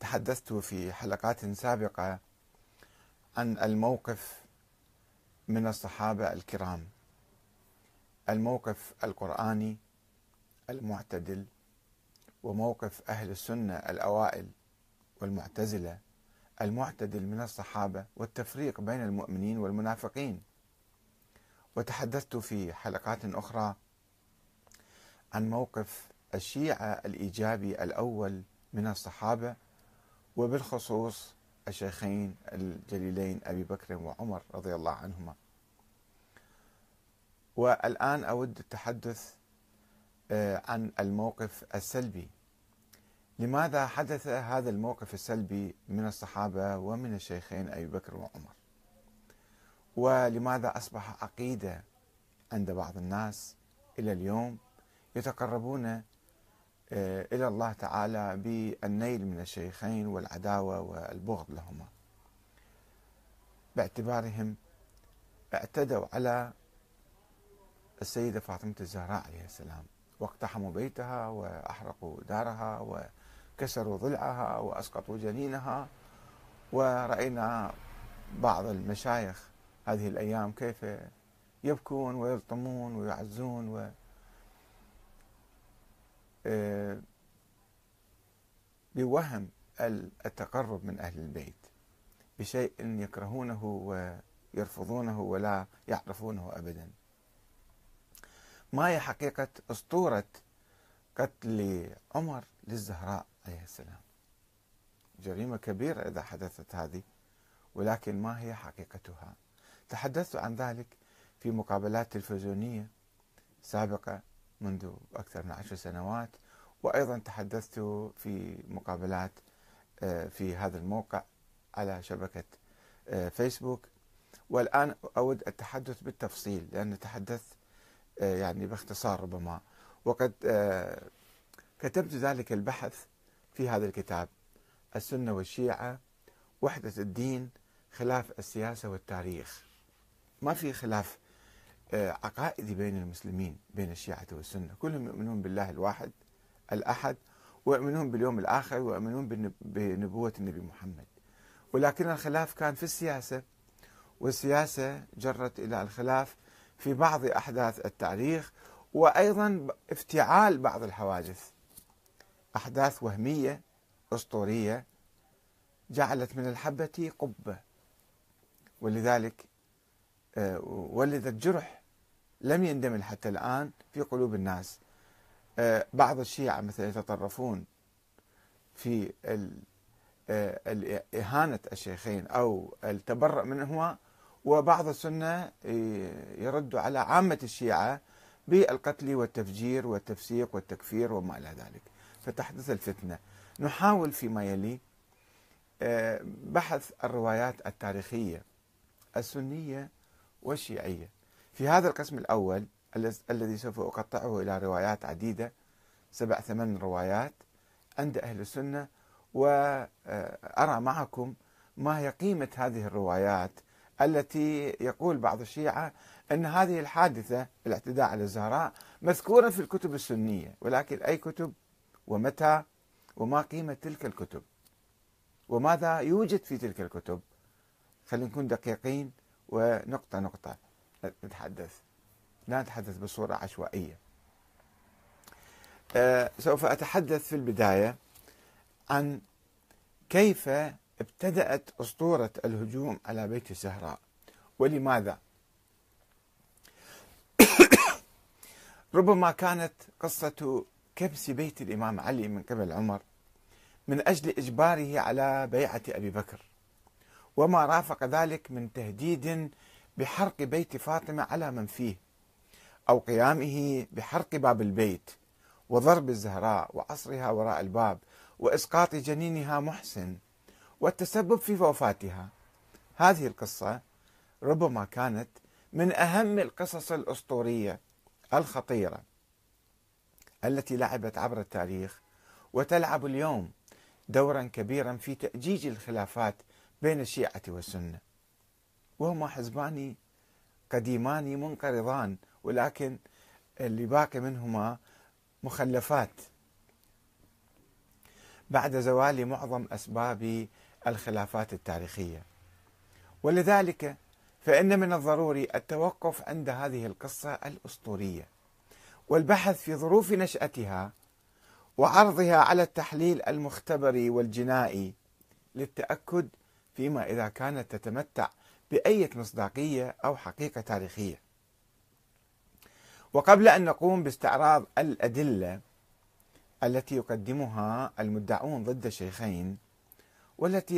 تحدثت في حلقات سابقة عن الموقف من الصحابة الكرام، الموقف القرآني المعتدل، وموقف أهل السنة الأوائل والمعتزلة المعتدل من الصحابة، والتفريق بين المؤمنين والمنافقين. وتحدثت في حلقات أخرى عن موقف الشيعة الإيجابي الأول من الصحابة، وبالخصوص الشيخين الجليلين أبي بكر وعمر رضي الله عنهما. والآن أود التحدث عن الموقف السلبي. لماذا حدث هذا الموقف السلبي من الصحابة ومن الشيخين أبي بكر وعمر؟ ولماذا أصبح عقيدة عند بعض الناس إلى اليوم يتقربون إلى الله تعالى بالنيل من الشيخين والعداوة والبغض لهما، باعتبارهم اعتدوا على السيدة فاطمة الزهراء عليه السلام، واقتحموا بيتها وأحرقوا دارها وكسروا ضلعها وأسقطوا جنينها. ورأينا بعض المشايخ هذه الأيام كيف يبكون ويلطمون ويعزون بوهم التقرب من أهل البيت بشيء يكرهونه ويرفضونه ولا يعرفونه أبدا. ما هي حقيقة أسطورة قتل عمر للزهراء عليه السلام؟ جريمة كبيرة إذا حدثت هذه، ولكن ما هي حقيقتها؟ تحدثت عن ذلك في مقابلات تلفزيونية سابقة منذ أكثر من 10 سنوات، وأيضا تحدثت في مقابلات في هذا الموقع على شبكة فيسبوك. والآن أود التحدث بالتفصيل، لأن تحدثت يعني باختصار ربما، وقد كتبت ذلك البحث في هذا الكتاب: السنة والشيعة، وحدة الدين خلاف السياسة والتاريخ. ما في خلاف عقائدي بين المسلمين، بين الشيعة والسنة، كلهم يؤمنون بالله الواحد الأحد، ويؤمنون باليوم الآخر، ويؤمنون بنبوة النبي محمد. ولكن الخلاف كان في السياسة، والسياسة جرت إلى الخلاف في بعض أحداث التاريخ، وأيضا افتعال بعض الحوادث، أحداث وهمية أسطورية جعلت من الحبة قبة، ولذلك ولدت جرح لم يندمل حتى الآن في قلوب الناس. بعض الشيعة مثلا يتطرفون في إهانة الشيخين أو التبرؤ منهما، وبعض السنة يرد على عامة الشيعة بالقتل والتفجير والتفسيق والتكفير وما إلى ذلك، فتحدث الفتنة. نحاول فيما يلي بحث الروايات التاريخية السنية والشيعية. في هذا القسم الأول الذي سوف أقطعه إلى روايات عديدة، 7-8 روايات عند أهل السنة، وأرى معكم ما هي قيمة هذه الروايات التي يقول بعض الشيعة أن هذه الحادثة الاعتداء على الزهراء مذكورة في الكتب السنية، ولكن أي كتب ومتى وما قيمة تلك الكتب وماذا يوجد في تلك الكتب. خلينا نكون دقيقين ونقطة نقطة نتحدث، لا نتحدث بصورة عشوائية. سوف أتحدث في البداية عن كيف ابتدأت أسطورة الهجوم على بيت الزهراء ولماذا. ربما كانت قصة كبس بيت الإمام علي من قبل عمر من أجل إجباره على بيعة أبي بكر، وما رافق ذلك من تهديد بحرق بيت فاطمة على من فيه، أو قيامه بحرق باب البيت وضرب الزهراء وعصرها وراء الباب وإسقاط جنينها محسن والتسبب في وفاتها. هذه القصة ربما كانت من أهم القصص الأسطورية الخطيرة التي لعبت عبر التاريخ وتلعب اليوم دورا كبيرا في تأجيج الخلافات بين الشيعة والسنة، وهما حزبان قديمان منقرضان، ولكن اللي باقي منهما مخلفات. بعد زوال معظم أسباب الخلافات التاريخية. ولذلك فإن من الضروري التوقف عند هذه القصة الأسطورية والبحث في ظروف نشأتها وعرضها على التحليل المختبري والجنائي للتأكد فيما إذا كانت تتمتع بأية مصداقية أو حقيقة تاريخية. وقبل أن نقوم باستعراض الأدلة التي يقدمها المدعون ضد الشيخين والتي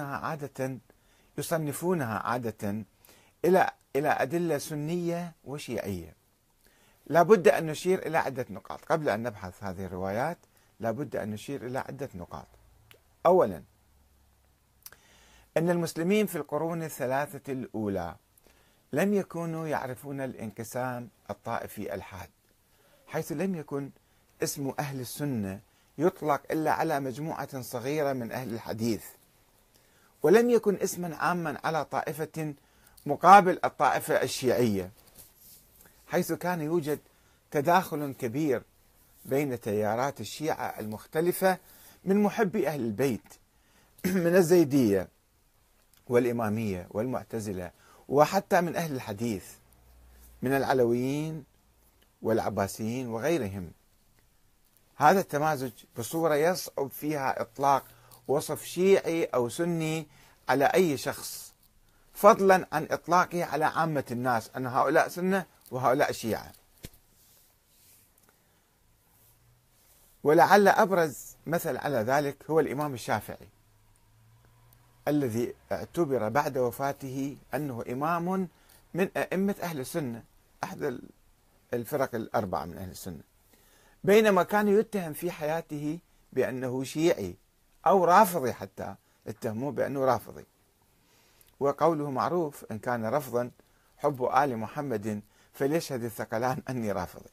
يصنفونها عادة إلى أدلة سنية وشيعية، لا بد أن نشير إلى عدة نقاط. قبل أن نبحث هذه الروايات لا بد أن نشير إلى عدة نقاط. أولا، أن المسلمين في القرون الثلاثة الأولى لم يكونوا يعرفون الانقسام الطائفي الحاد، حيث لم يكن اسم أهل السنة يطلق إلا على مجموعة صغيرة من أهل الحديث، ولم يكن اسما عاما على طائفة مقابل الطائفة الشيعية، حيث كان يوجد تداخل كبير بين تيارات الشيعة المختلفة من محبي أهل البيت من الزيدية والإمامية والمعتزلة، وحتى من أهل الحديث من العلويين والعباسيين وغيرهم. هذا التمازج بصورة يصعب فيها إطلاق وصف شيعي أو سني على أي شخص، فضلا عن إطلاقه على عامة الناس أن هؤلاء سنة وهؤلاء شيعة. ولعل أبرز مثل على ذلك هو الإمام الشافعي، الذي اعتبر بعد وفاته أنه إمام من أئمة أهل السنة، أحد الفرق الأربعة من أهل السنة، بينما كان يتهم في حياته بأنه شيعي أو رافضي، حتى اتهموه بأنه رافضي، وقوله معروف: إن كان رفضا حب آل محمد فليشهد الثقلان أني رافضي.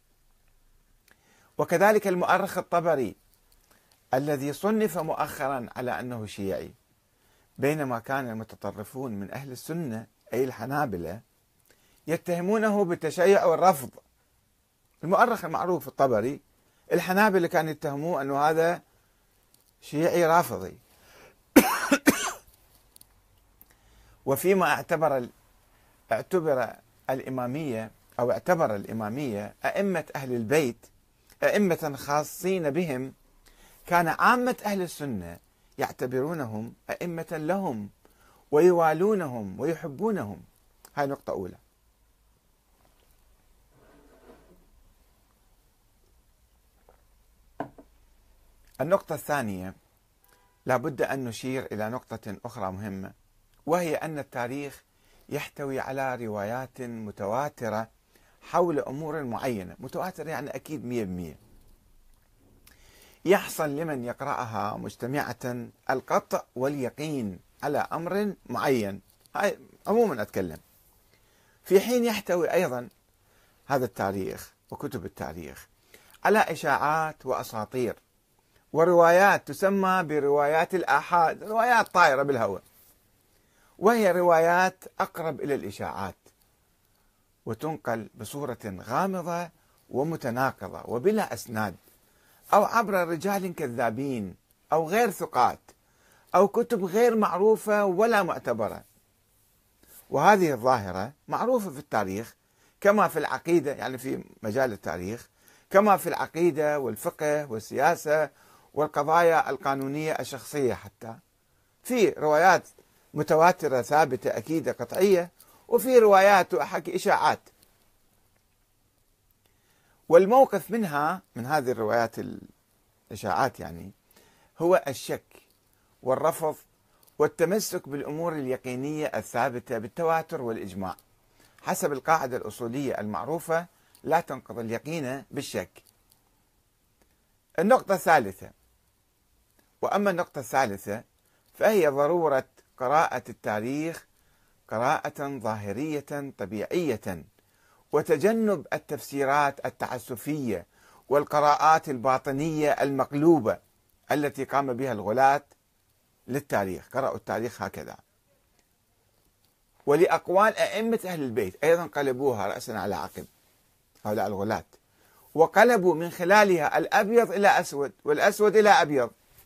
وكذلك المؤرخ الطبري الذي صنف مؤخرا على أنه شيعي، بينما كان المتطرفون من أهل السنة أي الحنابلة يتهمونه بالتشيع والرفض. المؤرخ المعروف الطبري، الحنابلة كانوا يتهموه أنه هذا شيعي رافضي. وفيما اعتبر الإمامية أئمة أهل البيت أئمة خاصين بهم، كان عامة أهل السنة يعتبرونهم أئمة لهم ويوالونهم ويحبونهم. هاي نقطة أولى. النقطة الثانية، لا بد أن نشير إلى نقطة أخرى مهمة، وهي أن التاريخ يحتوي على روايات متواترة حول أمور معينة. متواترة يعني أكيد 100%. يحصل لمن يقرأها مجتمعة القطع واليقين على أمر معين، هاي عموما أتكلم، في حين يحتوي أيضا هذا التاريخ وكتب التاريخ على إشاعات وأساطير وروايات تسمى بروايات الآحاد، روايات طائرة بالهواء، وهي روايات أقرب إلى الإشاعات، وتنقل بصورة غامضة ومتناقضة وبلا أسناد، أو عبر رجال كذابين أو غير ثقات، أو كتب غير معروفة ولا معتبرة. وهذه الظاهرة معروفة في التاريخ كما في العقيدة، يعني في مجال التاريخ، كما في العقيدة والفقه والسياسة والقضايا القانونية الشخصية. حتى في روايات متواترة ثابتة أكيدة قطعية، وفي روايات وحكي إشاعات. والموقف منها، من هذه الروايات الإشاعات، يعني هو الشك والرفض والتمسك بالأمور اليقينية الثابتة بالتواتر والإجماع، حسب القاعدة الأصولية المعروفة: لا تنقض اليقين بالشك. النقطة الثالثة، وأما النقطة الثالثة فهي ضرورة قراءة التاريخ قراءة ظاهرية طبيعية، وتجنب التفسيرات التعسفية والقراءات الباطنية المقلوبة التي قام بها الغلاة للتاريخ. قرأوا التاريخ هكذا، ولأقوال أئمة أهل البيت أيضا قلبوها رأسا على عقب هؤلاء الغلاة، وقلبوا من خلالها الأبيض إلى أسود والأسود إلى أبيض،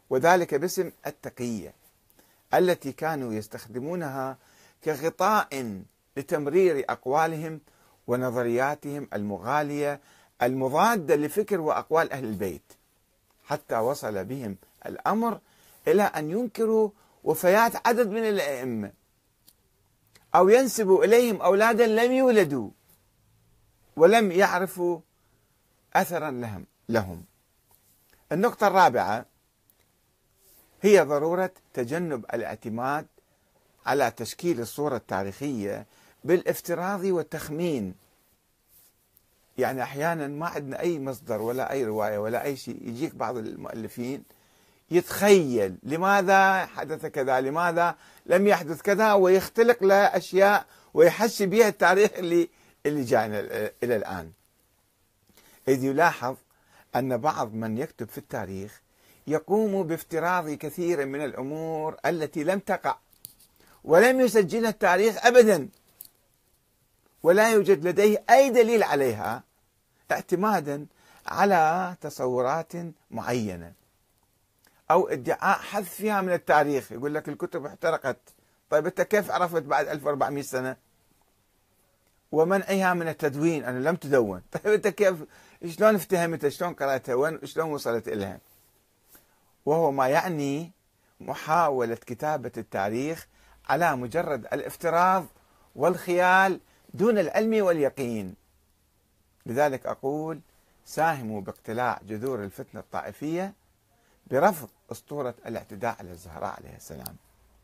وذلك باسم التقية التي كانوا يستخدمونها كغطاء لتمرير أقوالهم ونظرياتهم المغالية المضادة لفكر وأقوال أهل البيت، حتى وصل بهم الأمر إلى أن ينكروا وفيات عدد من الأئمة أو ينسبوا إليهم أولادا لم يولدوا ولم يعرفوا أثرا لهم. النقطة الرابعة هي ضرورة تجنب الاعتماد على تشكيل الصورة التاريخية بالافتراض والتخمين. يعني أحيانا ما عندنا أي مصدر ولا أي رواية ولا أي شيء، يجيك بعض المؤلفين يتخيل لماذا حدث كذا، لماذا لم يحدث كذا، ويختلق له أشياء ويحشي بها التاريخ اللي جاءنا إلى الآن. إذ يلاحظ أن بعض من يكتب في التاريخ يقوم بافتراض كثير من الأمور التي لم تقع ولم يسجلها التاريخ أبدا، ولا يوجد لديه أي دليل عليها، اعتمادا على تصورات معينة أو ادعاء حذف فيها من التاريخ. يقول لك الكتب احترقت، طيب أنت كيف عرفت بعد 1400 سنة؟ ومنعها من التدوين، أنا لم تدون، طيب أنت كيف، شلون افتهمتها، شلون قرأتها، شلون وصلت إليها؟ وهو ما يعني محاولة كتابة التاريخ على مجرد الافتراض والخيال دون العلم واليقين. لذلك أقول ساهموا باقتلاع جذور الفتنة الطائفية برفض أسطورة الاعتداء على الزهراء عليه السلام.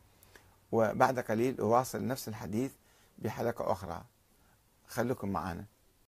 وبعد قليل أواصل نفس الحديث بحلقة أخرى، خليكم معنا.